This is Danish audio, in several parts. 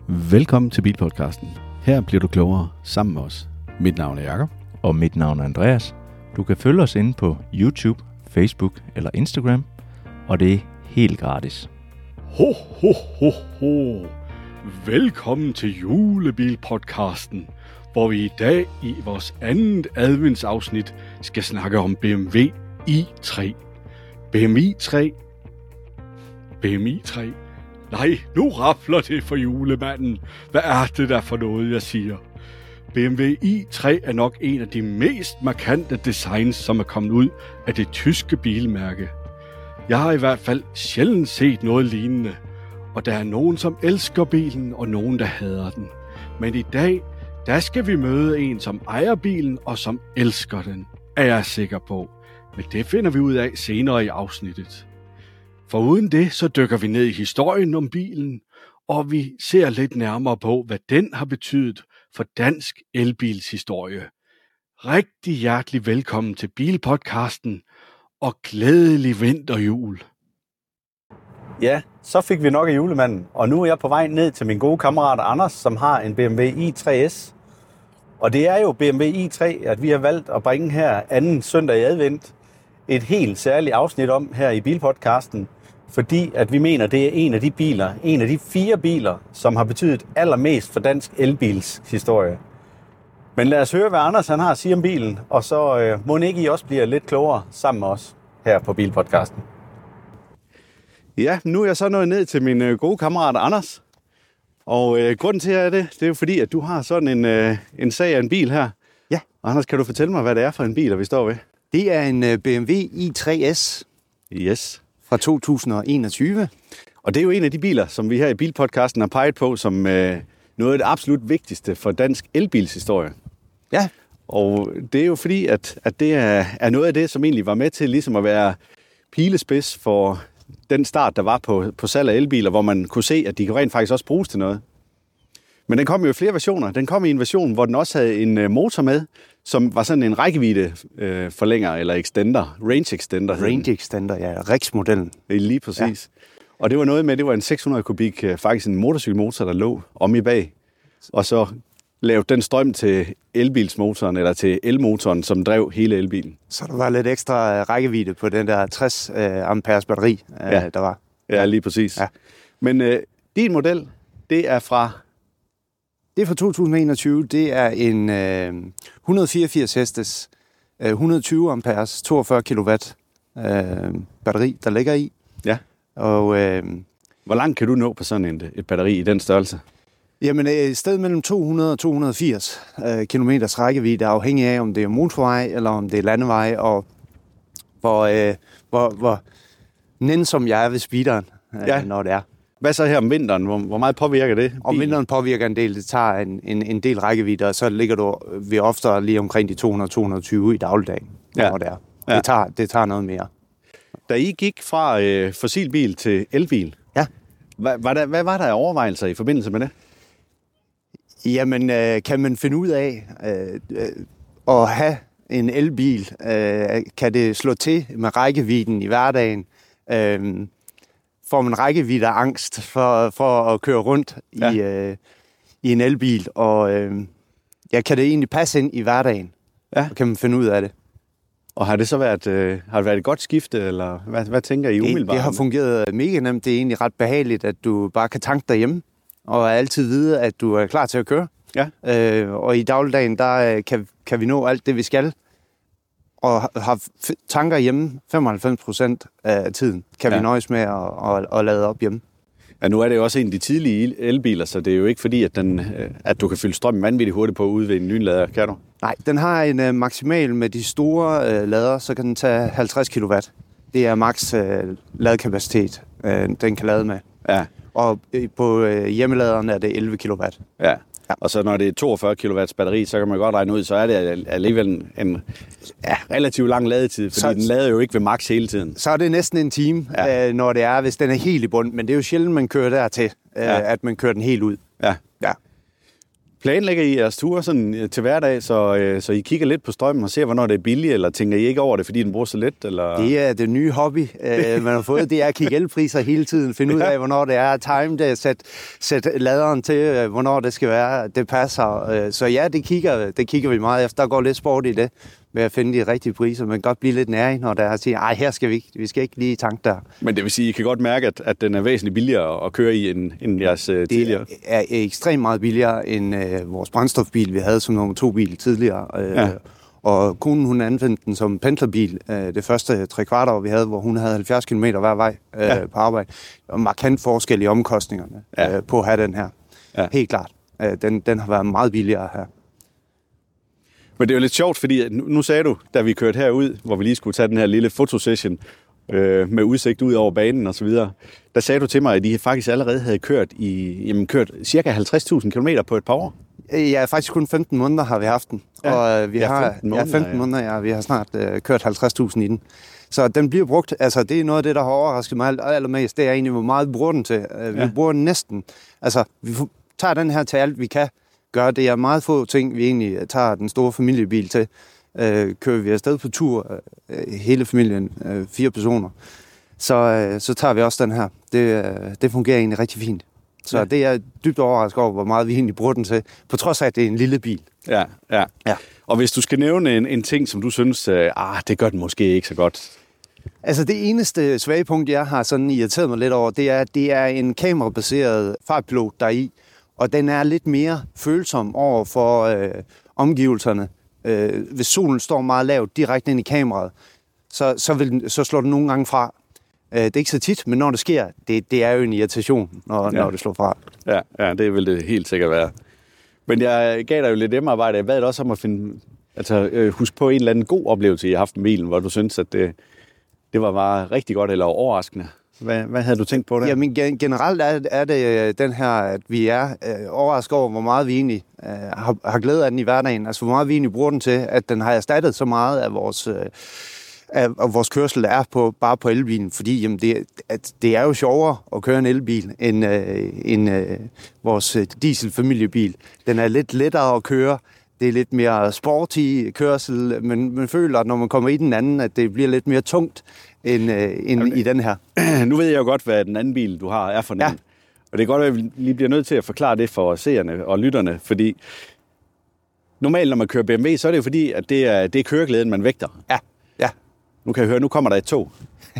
Velkommen til Bilpodcasten. Her bliver du klogere sammen med os. Mit navn er Jakob. Og mit navn er Andreas. Du kan følge os inde på YouTube, Facebook eller Instagram, og det er helt gratis. Ho, ho, ho, ho. Velkommen til Julebilpodcasten, hvor vi i dag i vores andet adventsafsnit skal snakke om BMW i3. BMW i3. BMW i3. Nej, nu rafler det for julemanden. Hvad er det der for noget, jeg siger? BMW i3 er nok en af de mest markante designs, som er kommet ud af det tyske bilmærke. Jeg har i hvert fald sjældent set noget lignende, og der er nogen, som elsker bilen, og nogen, der hader den. Men i dag, der skal vi møde en, som ejer bilen, og som elsker den, er jeg sikker på. Men det finder vi ud af senere i afsnittet. Foruden det, så dykker vi ned i historien om bilen, og vi ser lidt nærmere på, hvad den har betydet for dansk elbilshistorie. Rigtig hjertelig velkommen til Bilpodcasten, og glædelig vinterjul. Ja, så fik vi nok af julemanden, og nu er jeg på vej ned til min gode kammerat Anders, som har en BMW i3S. Og det er jo BMW i3, at vi har valgt at bringe her anden søndag i advent et helt særligt afsnit om her i Bilpodcasten, fordi at vi mener, det er en af de 4 biler, som har betydet allermest for dansk elbils historie. Men lad os høre, hvad Anders han har at sige om bilen, og så må ikke I også blive lidt klogere sammen med os her på Bilpodcasten. Ja, nu er jeg så nået ned til min gode kammerat Anders. Og grunden til det er jo fordi, at du har sådan en sag af en bil her. Ja. Og Anders, kan du fortælle mig, hvad det er for en bil, vi står ved? Det er en BMW i3S Yes. fra 2021. Og det er jo en af de biler, som vi her i Bilpodcasten har peget på som noget af det absolut vigtigste for dansk elbilshistorie. Ja. Og det er jo fordi, at det er noget af det, som egentlig var med til ligesom at være pilespids for den start, der var på salg af elbiler, hvor man kunne se, at de kan rent faktisk også bruges til noget. Men den kom jo i flere versioner. Den kom i en version, hvor den også havde en motor med, som var sådan en rækkevidde forlænger eller extender, range extender. Range extender, ja, Rex-modellen. Lige præcis. Ja. Og det var noget med, det var en 600 kubik, faktisk en motorcykelmotor, der lå om i bag. Og så lavede den strøm til elbilsmotoren, eller til elmotoren, som drev hele elbilen. Så der var lidt ekstra rækkevidde på den der 60 amperes batteri, der var. Ja, lige præcis. Ja. Men din model, det er fra... Det er fra 2021. Det er en 184 hestes, 120 amperes, 42 kilowatt batteri, der ligger i. Ja. Og, hvor langt kan du nå på sådan et batteri i den størrelse? Jamen, et sted mellem 200 og 280 kilometers rækkevidde, afhængig af, om det er motorvej eller om det er landevej, og hvor nænsom jeg er ved speederen, når det er. Hvad så her om vinteren? Hvor meget påvirker det? Om vinteren påvirker en del. Det tager en del rækkevidde, og så ligger vi ofte lige omkring de 200-220 i dagligdagen, når det er. Ja. Det tager noget mere. Da I gik fra fossilbil til elbil, hvad var der af overvejelser i forbindelse med det? Jamen, kan man finde ud af at have en elbil? Kan det slå til med rækkevidden i hverdagen? Får man rækkevidde angst for at køre rundt i en elbil? Og kan det egentlig passe ind i hverdagen? Ja. Kan man finde ud af det? Og har det så været, et godt skifte, eller hvad tænker I umiddelbart? Det har fungeret mega nemt. Det er egentlig ret behageligt, at du bare kan tanke derhjemme, og altid vide, at du er klar til at køre. Ja. Og i dagligdagen, der kan vi nå alt det, vi skal. Og har tanker hjemme 95% af tiden, kan vi nøjes med at lade op hjemme. Ja, nu er det jo også en af de tidlige elbiler, så det er jo ikke fordi, at du kan fylde strømmen vanvittigt hurtigt på ude ved en lynlader, kan du? Nej, den har en maksimal med de store lader, så kan den tage 50 kW. Det er maks ladekapacitet, den kan lade med. Ja. Og på hjemmeladeren er det 11 kW. Ja. Og så når det er 42 kW batteri, så kan man godt regne ud, så er det alligevel en relativt lang ladetid, fordi den lader jo ikke ved max hele tiden. Så er det næsten en time, når det er, hvis den er helt i bund. Men det er jo sjældent, man kører dertil, at man kører den helt ud. Ja. Planlægger I jeres ture sådan til hverdag, så I kigger lidt på strømmen og ser, hvornår det er billigt, eller tænker I ikke over det, fordi den bruger så lidt? Eller? Det er det nye hobby, man har fået. Det er at kigge elpriser hele tiden, finde ud af, hvornår det er, time det, sætte laderen til, hvornår det skal være, det passer. Så ja, det kigger vi meget efter. Der går lidt sport i det, med at finde de rigtige priser, men godt blive lidt nærig, når der er at sige, ej, her skal vi skal ikke lige tanke der. Men det vil sige, I kan godt mærke, at den er væsentligt billigere at køre i, end jeres tidligere? Det er ekstremt meget billigere end vores brændstofbil, vi havde som nummer 2-bil tidligere. Og konen, hun anvendte den som pendlerbil det første 3/4 år, vi havde, hvor hun havde 70 km hver vej på arbejde. Og markant forskel i omkostningerne på at have den her. Ja. Helt klart. Den har været meget billigere her. Men det er jo lidt sjovt, fordi nu sagde du, da vi kørte herud, hvor vi lige skulle tage den her lille fotosession med udsigt ud over banen og så videre, der sagde du til mig, at I faktisk allerede havde kørt cirka 50.000 km på et par år. Ja, faktisk kun 15 måneder har vi haft den. Ja, og vi har 15 måneder, ja. Vi har snart kørt 50.000 i den. Så den bliver brugt, altså det er noget af det, der har overrasket mig allermest, det er egentlig, hvor meget vi bruger den til. Vi bruger den næsten, altså vi tager den her til alt, vi kan gøre. Det er meget få ting, vi egentlig tager den store familiebil til. Kører vi afsted på tur, hele familien, 4 personer, så tager vi også den her. Det fungerer egentlig rigtig fint. Så det er dybt overrasket over, hvor meget vi egentlig bruger den til, på trods af, at det er en lille bil. Ja. Og hvis du skal nævne en ting, som du synes, det gør den måske ikke så godt. Altså det eneste svage punkt, jeg har sådan irriteret mig lidt over, det er, at det er en kamerabaseret fartpilot, der er i, og den er lidt mere følsom over for omgivelserne. Hvis solen står meget lavt direkte ind i kameraet, så slår den nogle gange fra. Det er ikke så tit, men når det sker, det er jo en irritation, når det slår fra. Ja, det vil det helt sikkert være. Men jeg gav dig jo lidt hjemmearbejde. Jeg bad dig også om at huske på en eller anden god oplevelse, I har haft med bilen, hvor du synes, at det var bare rigtig godt eller overraskende. Hvad havde du tænkt på der? Jamen generelt er det den her, at vi er overrasket over, hvor meget vi egentlig har glæde af den i hverdagen. Altså hvor meget vi egentlig bruger den til, at den har erstattet så meget af vores kørsel er bare på elbilen, fordi jamen, det er jo sjovere at køre en elbil end vores dieselfamiliebil. Den er lidt lettere at køre, det er lidt mere sporty kørsel, men man føler, at når man kommer i den anden, at det bliver lidt mere tungt end i den her. Nu ved jeg jo godt, hvad den anden bil, du har, er for den. Ja. Og det er godt, at vi lige bliver nødt til at forklare det for seerne og lytterne, fordi normalt, når man kører BMW, så er det jo fordi, at det er køreglæden, man vægter. Ja. Nu kan jeg høre, nu kommer der et tog.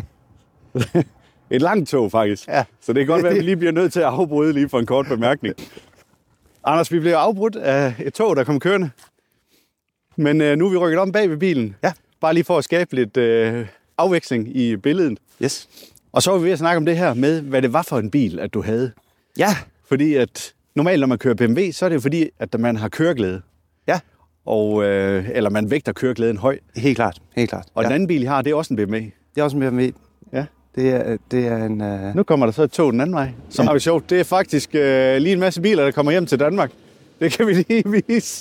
Et langt tog, faktisk. Ja. Så det kan godt være, at vi lige bliver nødt til at afbryde lige for en kort bemærkning. Anders, vi bliver afbrudt af et tog, der kom kørende. Men nu er vi rykket om bag ved bilen. Ja. Bare lige for at skabe lidt afveksling i billedet. Yes. Og så var vi ved at snakke om det her med, hvad det var for en bil, at du havde. Ja. Fordi at normalt, når man kører BMW, så er det jo fordi, at man har køreglæde. Ja. Og, eller man vægter køreglæden høj. Helt klart. Og den anden bil, I har, det er også en BMW. Det er også en BMW. Ja. Det er en... Nu kommer der så et tog den anden vej. Som er sjovt. Det er faktisk lige en masse biler, der kommer hjem til Danmark. Det kan vi lige vise.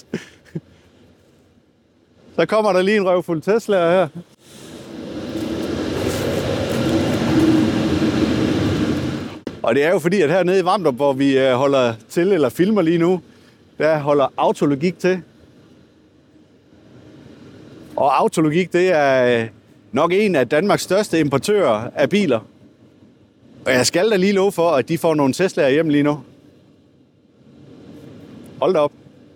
Så kommer der lige en røvfuld Tesla'er her. Og det er jo fordi, at hernede i Vamdrup, hvor vi holder til eller filmer lige nu, der holder Autologik til. Og Autologik, det er nok en af Danmarks største importører af biler. Og jeg skal da lige love for, at de får nogle Tesla'er hjem lige nu. Hold da op.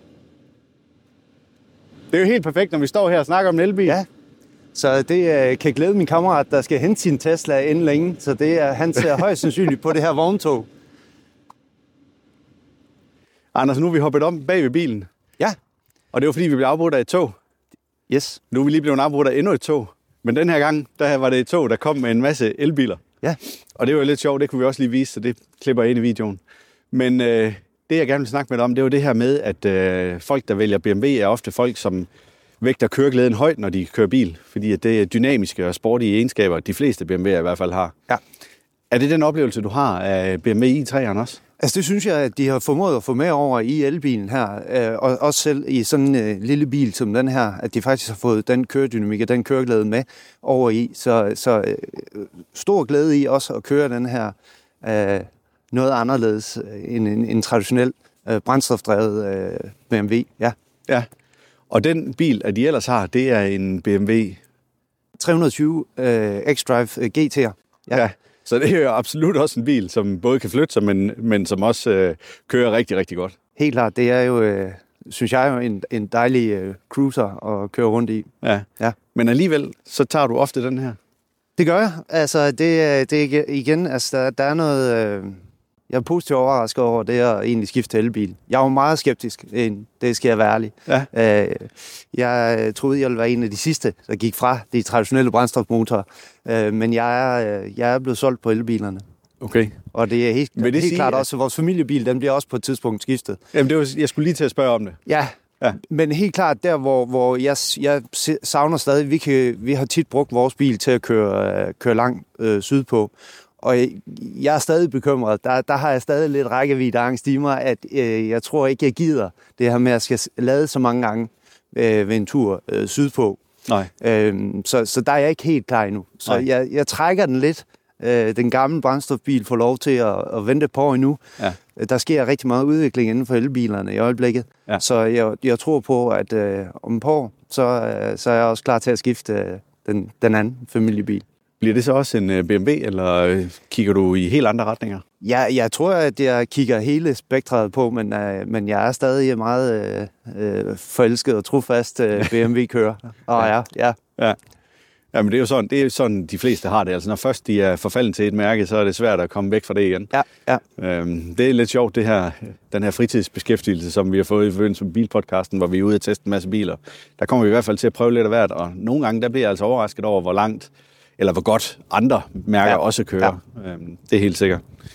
Det er jo helt perfekt, når vi står her og snakker om en elbil. Ja, så det kan glæde min kammerat, der skal hente sin Tesla inden længe. Så han ser højst sandsynligt på det her vogntog. Anders, nu er vi hoppet om bag ved bilen. Ja. Og det var fordi, vi blev afbrudt af et tog. Yes. Nu er vi lige blevet afbrudt af endnu et tog. Men den her gang, der var det et tog, der kom med en masse elbiler. Ja. Og det var lidt sjovt, det kunne vi også lige vise, så det klipper ind i videoen. Men det, jeg gerne vil snakke med dig om, det var det her med, at folk, der vælger BMW, er ofte folk, som vægter køreglæden højt, når de kører bil. Fordi at det er dynamiske og sportige egenskaber, de fleste BMW'er i hvert fald har. Ja. Er det den oplevelse, du har af BMW i3'eren også? Altså det synes jeg, at de har formået at få med over i elbilen her, og også selv i sådan en lille bil som den her, at de faktisk har fået den køredynamik og den køreglæde med over i. Så stor glæde i også at køre den her noget anderledes end en traditionel brændstofdrevet BMW, ja. Ja, og den bil, at de ellers har, det er en BMW 320 X-Drive GT'er. Ja, så det er jo absolut også en bil, som både kan flytte sig, men som også kører rigtig, rigtig godt. Helt klart, det er jo, synes jeg, jo en dejlig cruiser at køre rundt i. Ja, men alligevel, så tager du ofte den her. Det gør jeg. Altså, det er igen, altså, der er noget... Jeg er positivt overrasket over det at egentlig skifte til elbil. Jeg var meget skeptisk, det skal jeg være ærlig. Ja. Jeg troede, jeg ville være en af de sidste, der gik fra de traditionelle brændstofmotorer. Men jeg er blevet solgt på elbilerne. Okay. Og det er helt klart også, vores familiebil, den bliver også på et tidspunkt skiftet. Jamen, jeg skulle lige til at spørge om det. Ja. Men helt klart der, hvor jeg savner stadig, vi har tit brugt vores bil til at køre langt sydpå. Og jeg er stadig bekymret. Der har jeg stadig lidt rækkeviddeangst i mig, at jeg tror ikke, jeg gider det her med, at jeg skal lade så mange gange ved en tur sydpå. Nej. Så der er jeg ikke helt klar endnu. Så jeg trækker den lidt. Den gamle brændstofbil får lov til at vente på endnu. Ja. Der sker rigtig meget udvikling inden for elbilerne i øjeblikket. Ja. Så jeg tror på, at om et par år, så er jeg også klar til at skifte den anden familiebil. Bliver det så også en BMW, eller kigger du i helt andre retninger? Ja, jeg tror, at jeg kigger hele spektret på, men jeg er stadig meget forelsket og trofast BMW-kører. Og ja. Ja, men det er jo sådan, de fleste har det. Altså, når først de er forfalden til et mærke, så er det svært at komme væk fra det igen. Ja. Det er lidt sjovt, den her fritidsbeskæftigelse, som vi har fået i forbindelse med bilpodcasten, hvor vi er ude at teste en masse biler. Der kommer vi i hvert fald til at prøve lidt af hvert, og nogle gange der bliver jeg altså overrasket over, hvor langt eller hvor godt andre mærker også kører. Ja. Det er helt sikkert.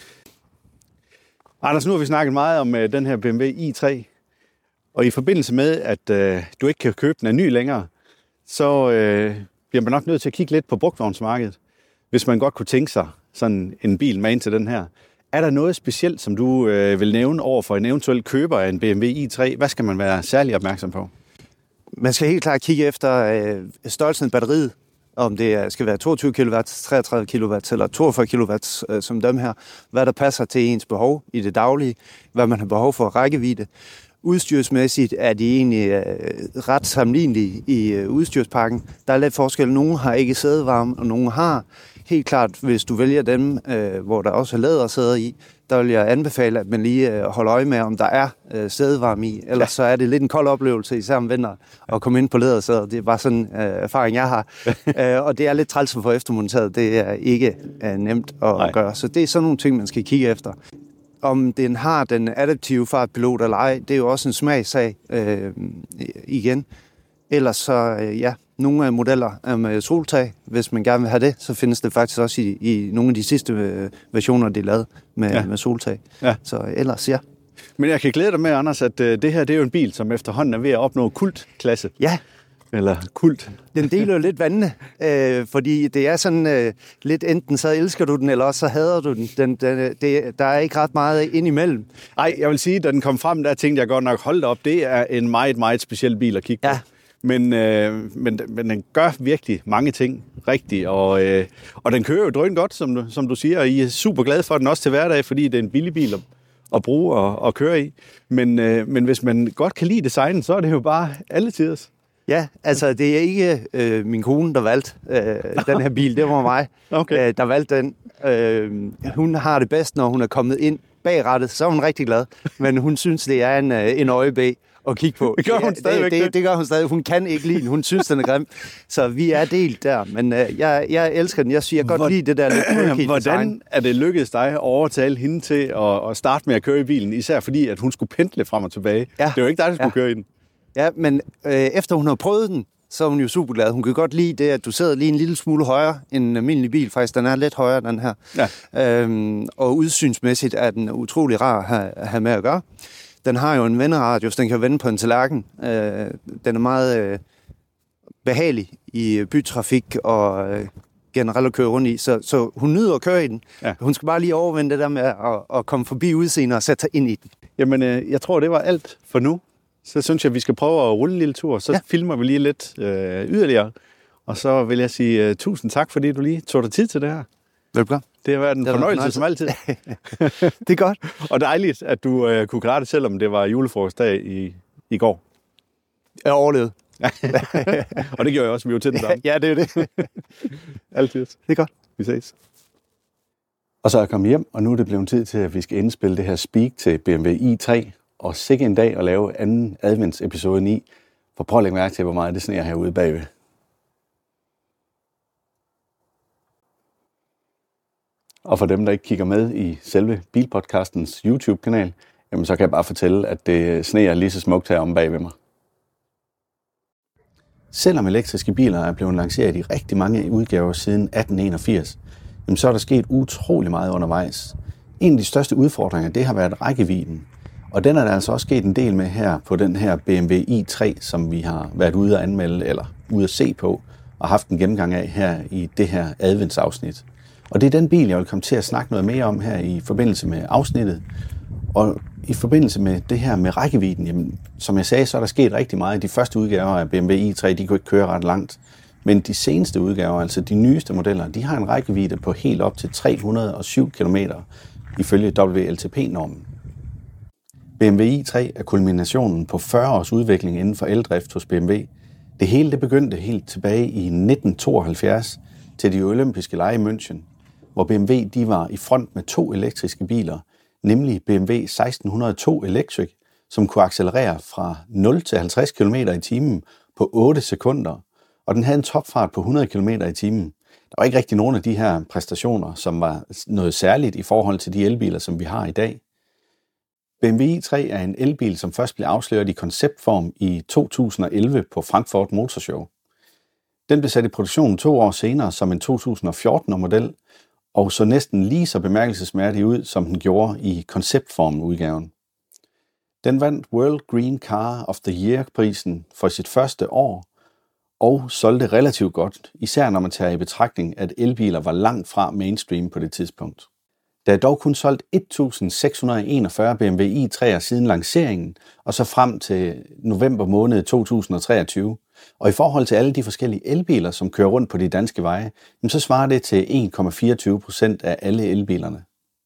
Anders, nu har vi snakket meget om den her BMW i3, og i forbindelse med, at du ikke kan købe den af ny længere, så bliver man nok nødt til at kigge lidt på brugtvognsmarkedet, hvis man godt kunne tænke sig sådan en bil med ind til den her. Er der noget specielt, som du vil nævne over for en eventuel køber af en BMW i3? Hvad skal man være særlig opmærksom på? Man skal helt klart kigge efter størrelsen af batteriet. Om det skal være 22 kW, 33 kW eller 42 kW som dem her. Hvad der passer til ens behov i det daglige. Hvad man har behov for rækkevidde. Udstyrsmæssigt er de egentlig ret sammenlignelige i udstyrspakken. Der er lidt forskel. Nogle har ikke sædevarme, og nogle har. Helt klart, hvis du vælger dem, hvor der også er lædersæder i, der vil jeg anbefale, at man lige holder øje med, om der er sædevarme i. Ellers så er det lidt en kold oplevelse, især om vinter, at komme ind på lædersæder. Det er bare sådan en erfaring, jeg har. Og det er lidt træls for eftermonteret. Det er ikke nemt at gøre. Så det er sådan nogle ting, man skal kigge efter. Om den har den adaptive fartpilot eller ej, det er jo også en smagssag igen. Ellers så, nogle af modeller er med soltag. Hvis man gerne vil have det, så findes det faktisk også i nogle af de sidste versioner, de er lavet med soltag. Ja. Så ellers, ja. Men jeg kan glæde dig med, Anders, at det her det er jo en bil, som efterhånden er ved at opnå kultklasse. Ja. Eller kult. Den deler jo lidt vandene, fordi det er sådan lidt enten så elsker du den, eller også så hader du den. Der er ikke ret meget ind imellem. Nej, jeg vil sige, da den kom frem, der tænkte jeg godt nok, hold da op, det er en meget, meget speciel bil at kigge på. Men den gør virkelig mange ting rigtigt, og den kører jo drøn godt, som du siger, og I er super glade for den også til hverdag, fordi det er en billig bil at bruge og køre i. Men hvis man godt kan lide designen, så er det jo bare alle tiders. Ja, altså det er ikke min kone, der valgte den her bil, det var mig, der valgte den. Hun har det bedst, når hun er kommet ind bag rattet, så er hun rigtig glad, men hun synes, det er en øjebæ at kigge på. Det gør hun stadigvæk. Det gør hun stadig. Hun kan ikke lide den. Hun synes, den er grim. Så vi er delt der. Men jeg elsker den. Jeg siger godt lide det der lidt quirky Hvordan design. er det lykkedes dig at overtale hende til at starte med at køre i bilen, især fordi, at hun skulle pendle frem og tilbage? Ja. Det er jo ikke dig, der skulle køre i den. Ja, men efter hun har prøvet den, så er hun jo super glad. Hun kan godt lide det, at du sidder lige en lille smule højere end en almindelig bil. Faktisk, den er lidt højere, den her. Ja. Og udsynsmæssigt er den utrolig rar at have med at gøre. Den har jo en venderadius, den kan vende på en tallerken. Den er meget behagelig i bytrafik og generelt at køre rundt i. Så hun nyder at køre i den. Ja. Hun skal bare lige overvinde det der med at komme forbi udseendet og sætte sig ind i den. Jamen, jeg tror, det var alt for nu. Så synes jeg, vi skal prøve at rulle en lille tur. Så filmer vi lige lidt yderligere. Og så vil jeg sige tusind tak, fordi du lige tog dig tid til det her. Velbekomme. Det har været en fornøjelse som altid. Det er godt. Og dejligt, at du kunne klare det, selvom det var julefrokostdag i går. Jeg overlevede. Og det gjorde jeg også, vi var til den samme. Ja, det er det. Altid. Det er godt. Vi ses. Og så er jeg kommet hjem, og nu er det blevet tid til, at vi skal indspille det her speak til BMW i3. Og sikke en dag at lave anden adventsepisode 9. For prøv at lægge mærke til, hvor meget det sneer herude bagved. Og for dem, der ikke kigger med i selve Bilpodcastens YouTube-kanal, jamen så kan jeg bare fortælle, at det sneer lige så smukt heromme bagved mig. Selvom elektriske biler er blevet lanceret i rigtig mange udgaver siden 1881, jamen så er der sket utrolig meget undervejs. En af de største udfordringer, det har været rækkevidden. Og den er der altså også sket en del med her på den her BMW i3, som vi har været ude at anmelde eller ude at se på og haft en gennemgang af her i det her adventsafsnit. Og det er den bil, jeg vil komme til at snakke noget mere om her i forbindelse med afsnittet. Og i forbindelse med det her med rækkevidden, jamen, som jeg sagde, så er der sket rigtig meget. De første udgaver af BMW i3, de kunne ikke køre ret langt. Men de seneste udgaver, altså de nyeste modeller, de har en rækkevidde på helt op til 307 km ifølge WLTP-normen. BMW i3 er kulminationen på 40 års udvikling inden for eldrift hos BMW. Det hele det begyndte helt tilbage i 1972 til de olympiske lege i München, hvor BMW de var i front med 2 elektriske biler, nemlig BMW 1602 Electric, som kunne accelerere fra 0 til 50 km i timen på 8 sekunder, og den havde en topfart på 100 km i timen. Der var ikke rigtig nogen af de her præstationer, som var noget særligt i forhold til de elbiler, som vi har i dag. BMW i3 er en elbil, som først blev afsløret i konceptform i 2011 på Frankfurt Motor Show. Den blev sat i produktion 2 år senere som en 2014-model, og så næsten lige så bemærkelsesværdig ud, som den gjorde i konceptform-udgaven. Den vandt World Green Car of the Year-prisen for sit første år, og solgte relativt godt, især når man tager i betragtning, at elbiler var langt fra mainstream på det tidspunkt. Der er dog kun solgt 1.641 BMW i3'er siden lanceringen, og så frem til november måned 2023. Og i forhold til alle de forskellige elbiler, som kører rundt på de danske veje, så svarer det til 1,24% af alle elbilerne.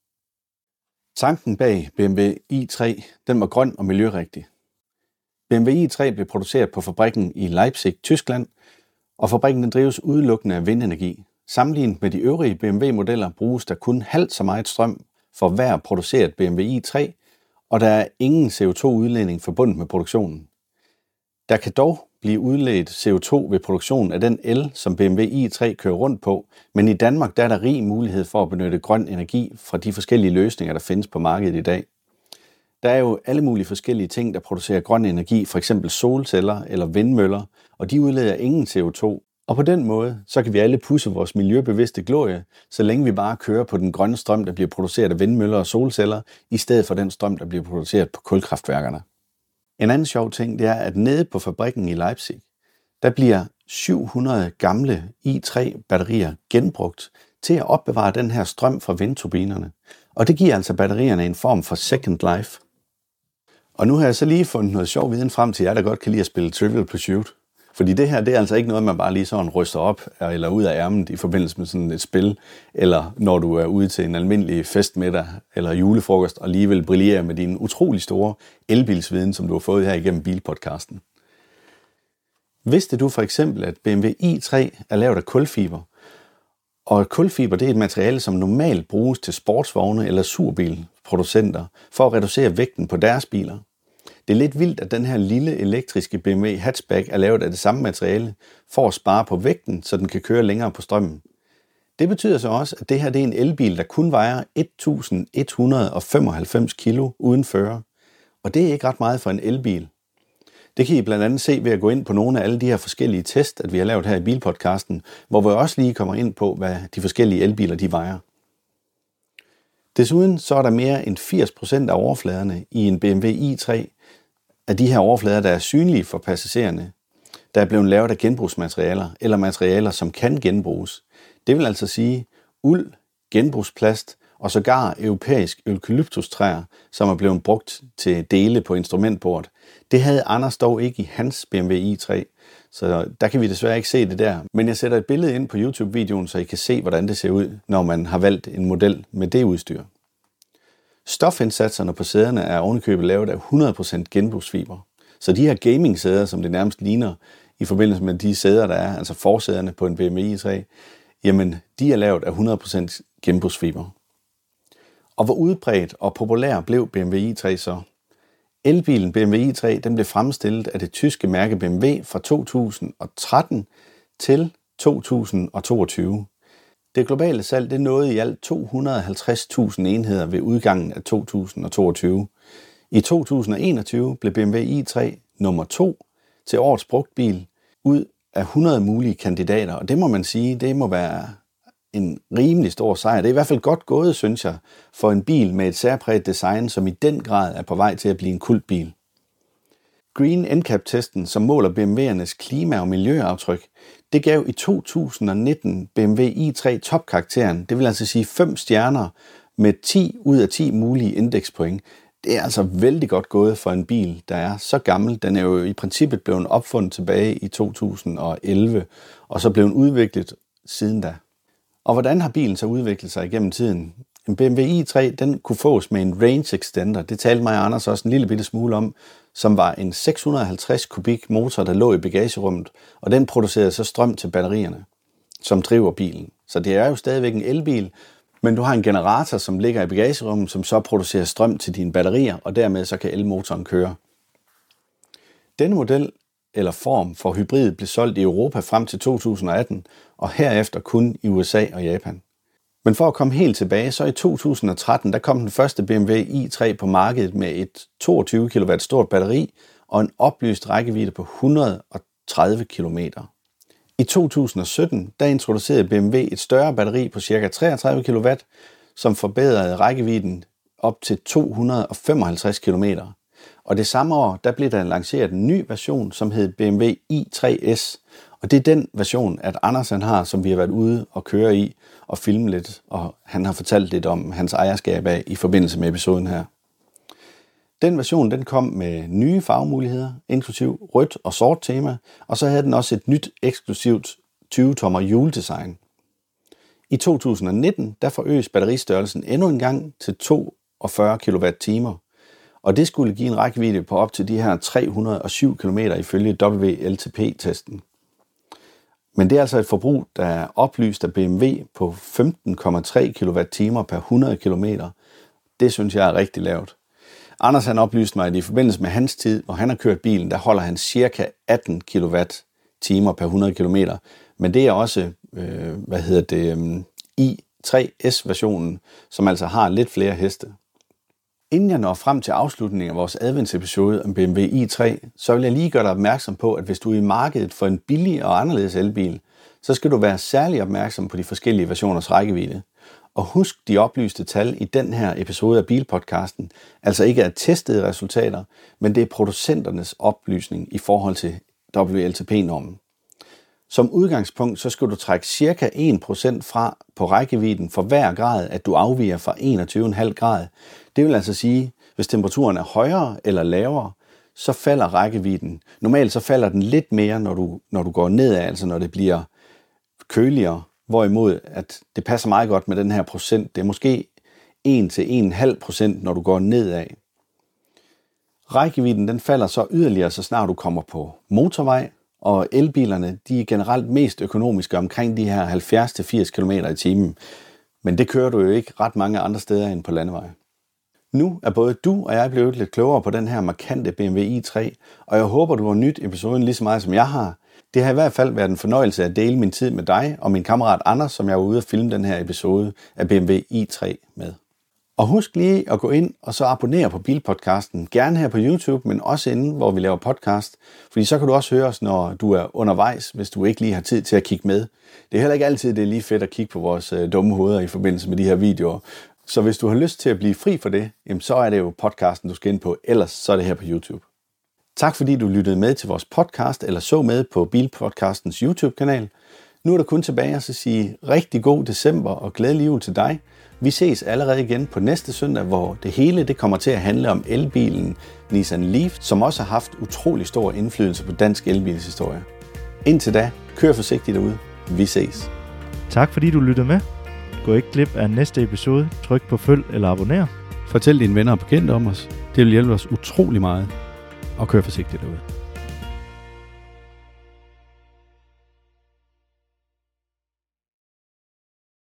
Tanken bag BMW i3, den var grøn og miljørigtig. BMW i3 blev produceret på fabrikken i Leipzig, Tyskland, og fabrikken den drives udelukkende af vindenergi. Sammenlignet med de øvrige BMW-modeller bruges der kun halvt så meget strøm for hver produceret BMW i3, og der er ingen CO2-udledning forbundet med produktionen. Der kan dog blive udledt CO2 ved produktionen af den el, som BMW i3 kører rundt på, men i Danmark der er der rig mulighed for at benytte grøn energi fra de forskellige løsninger, der findes på markedet i dag. Der er jo alle mulige forskellige ting, der producerer grøn energi, f.eks. solceller eller vindmøller, og de udleder ingen CO2. Og på den måde, så kan vi alle pudse vores miljøbevidste glorie, så længe vi bare kører på den grønne strøm, der bliver produceret af vindmøller og solceller, i stedet for den strøm, der bliver produceret på kulkraftværkerne. En anden sjov ting, det er, at nede på fabrikken i Leipzig, der bliver 700 gamle i3-batterier genbrugt til at opbevare den her strøm fra vindturbinerne. Og det giver altså batterierne en form for second life. Og nu har jeg så lige fundet noget sjov viden frem til jer, der godt kan lide at spille Trivial Pursuit. Fordi det her, det er altså ikke noget, man bare lige sådan ryster op eller ud af ærmet i forbindelse med sådan et spil, eller når du er ude til en almindelig festmiddag eller julefrokost, og lige vil brillere med din utrolig store elbilsviden, som du har fået her igennem Bilpodcasten. Vidste du for eksempel, at BMW i3 er lavet af kulfiber? Og kulfiber, det er et materiale, som normalt bruges til sportsvogne eller surbilproducenter for at reducere vægten på deres biler. Det er lidt vildt, at den her lille elektriske BMW hatchback er lavet af det samme materiale for at spare på vægten, så den kan køre længere på strømmen. Det betyder så også, at det her det er en elbil, der kun vejer 1.195 kilo uden fører. Og det er ikke ret meget for en elbil. Det kan I blandt andet se ved at gå ind på nogle af alle de her forskellige test, at vi har lavet her i Bilpodcasten, hvor vi også lige kommer ind på, hvad de forskellige elbiler de vejer. Desuden så er der mere end 80% af overfladerne i en BMW i3, af de her overflader, der er synlige for passagererne, der er blevet lavet af genbrugsmaterialer eller materialer, som kan genbruges. Det vil altså sige uld, genbrugsplast og sågar europæisk eukalyptustræer, som er blevet brugt til dele på instrumentbordet. Det havde Anders dog ikke i hans BMW i3, så der kan vi desværre ikke se det der. Men jeg sætter et billede ind på YouTube-videoen, så I kan se, hvordan det ser ud, når man har valgt en model med det udstyr. Stofindsatserne på sæderne er ovenikøbet lavet af 100% genbrugsfiber. Så de her gaming-sæder, som det nærmest ligner i forbindelse med de sæder, der er, altså forsæderne på en BMW i3, jamen de er lavet af 100% genbrugsfiber. Og hvor udbredt og populær blev BMW i3 så? Elbilen BMW i3 den blev fremstillet af det tyske mærke BMW fra 2013 til 2022. Det globale salg det nåede i alt 250.000 enheder ved udgangen af 2022. I 2021 blev BMW i3 nummer 2 til årets brugtbil ud af 100 mulige kandidater, og det må man sige, det må være en rimelig stor sejr. Det er i hvert fald godt gået, synes jeg, for en bil med et særpræget design, som i den grad er på vej til at blive en kultbil. Green NCAP-testen, som måler BMW'ernes klima- og miljøaftryk, det gav i 2019 BMW i3 topkarakteren, det vil altså sige 5 stjerner med 10 ud af 10 mulige indekspoint. Det er altså vældig godt gået for en bil, der er så gammel. Den er jo i princippet blevet opfundet tilbage i 2011, og så blev den udviklet siden da. Og hvordan har bilen så udviklet sig igennem tiden? En BMW i3 den kunne fås med en range extender, det talte mig og Anders også en lille bitte smule om, som var en 650 kubik motor, der lå i bagagerummet, og den producerede så strøm til batterierne, som driver bilen. Så det er jo stadigvæk en elbil, men du har en generator, som ligger i bagagerummet, som så producerer strøm til dine batterier, og dermed så kan elmotoren køre. Denne model eller form for hybrid blev solgt i Europa frem til 2018, og herefter kun i USA og Japan. Men for at komme helt tilbage, så i 2013, der kom den første BMW i3 på markedet med et 22 kW stort batteri og en oplyst rækkevidde på 130 km. I 2017, der introducerede BMW et større batteri på ca. 33 kW, som forbedrede rækkevidden op til 255 km. Og det samme år, der blev der lanceret en ny version, som hed BMW i3S. Og det er den version, at Anders han har, som vi har været ude og køre i og filme lidt, og han har fortalt lidt om hans ejerskab af i forbindelse med episoden her. Den version den kom med nye farvemuligheder, inklusiv rødt og sort tema, og så havde den også et nyt eksklusivt 20-tommer hjuldesign. I 2019 der forøges batteristørrelsen endnu en gang til 42 kWh, og det skulle give en rækkevidde på op til de her 307 km ifølge WLTP-testen. Men det er altså et forbrug, der er oplyst af BMW på 15,3 kWh per 100 km. Det synes jeg er rigtig lavt. Anders han oplyste mig, at i forbindelse med hans tid, hvor han har kørt bilen, der holder han ca. 18 kWh per 100 km. Men det er også i3S-versionen, som altså har lidt flere heste. Inden jeg når frem til afslutningen af vores adventsepisode om BMW i3, så vil jeg lige gøre dig opmærksom på, at hvis du er i markedet for en billig og anderledes elbil, så skal du være særlig opmærksom på de forskellige versioners rækkevidde. Og husk de oplyste tal i den her episode af Bilpodcasten, altså ikke er testede resultater, men det er producenternes oplysning i forhold til WLTP-normen. Som udgangspunkt så skal du trække ca. 1% fra på rækkevidden for hver grad, at du afviger fra 21,5 grad. Det vil altså sige, hvis temperaturen er højere eller lavere, så falder rækkevidden. Normalt så falder den lidt mere, når du går nedad, altså når det bliver køligere. Hvorimod at det passer meget godt med den her procent. Det er måske 1-1,5%, når du går nedad. Rækkevidden den falder så yderligere, så snart du kommer på motorvej. Og elbilerne, de er generelt mest økonomiske omkring de her 70-80 km i timen. Men det kører du jo ikke ret mange andre steder end på landevej. Nu er både du og jeg blevet lidt klogere på den her markante BMW i3, og jeg håber, du har nydt episoden lige så meget, som jeg har. Det har i hvert fald været en fornøjelse at dele min tid med dig og min kammerat Anders, som jeg var ude at filme den her episode af BMW i3 med. Og husk lige at gå ind og så abonnere på Bilpodcasten, gerne her på YouTube, men også inde, hvor vi laver podcast, fordi så kan du også høre os, når du er undervejs, hvis du ikke lige har tid til at kigge med. Det er heller ikke altid, det er lige fedt at kigge på vores dumme hoveder i forbindelse med de her videoer. Så hvis du har lyst til at blive fri for det, jamen så er det jo podcasten, du skal ind på, ellers så er det her på YouTube. Tak fordi du lyttede med til vores podcast, eller så med på Bilpodcastens YouTube-kanal. Nu er der kun tilbage at sige rigtig god december og glædelig jul til dig. Vi ses allerede igen på næste søndag, hvor det hele det kommer til at handle om elbilen Nissan Leaf, som også har haft utrolig stor indflydelse på dansk elbilshistorie. Indtil da, kør forsigtigt derude. Vi ses. Tak fordi du lyttede med. Gå ikke glip af næste episode. Tryk på følg eller abonner. Fortæl dine venner og bekendte om os. Det vil hjælpe os utrolig meget. Og kør forsigtigt derude.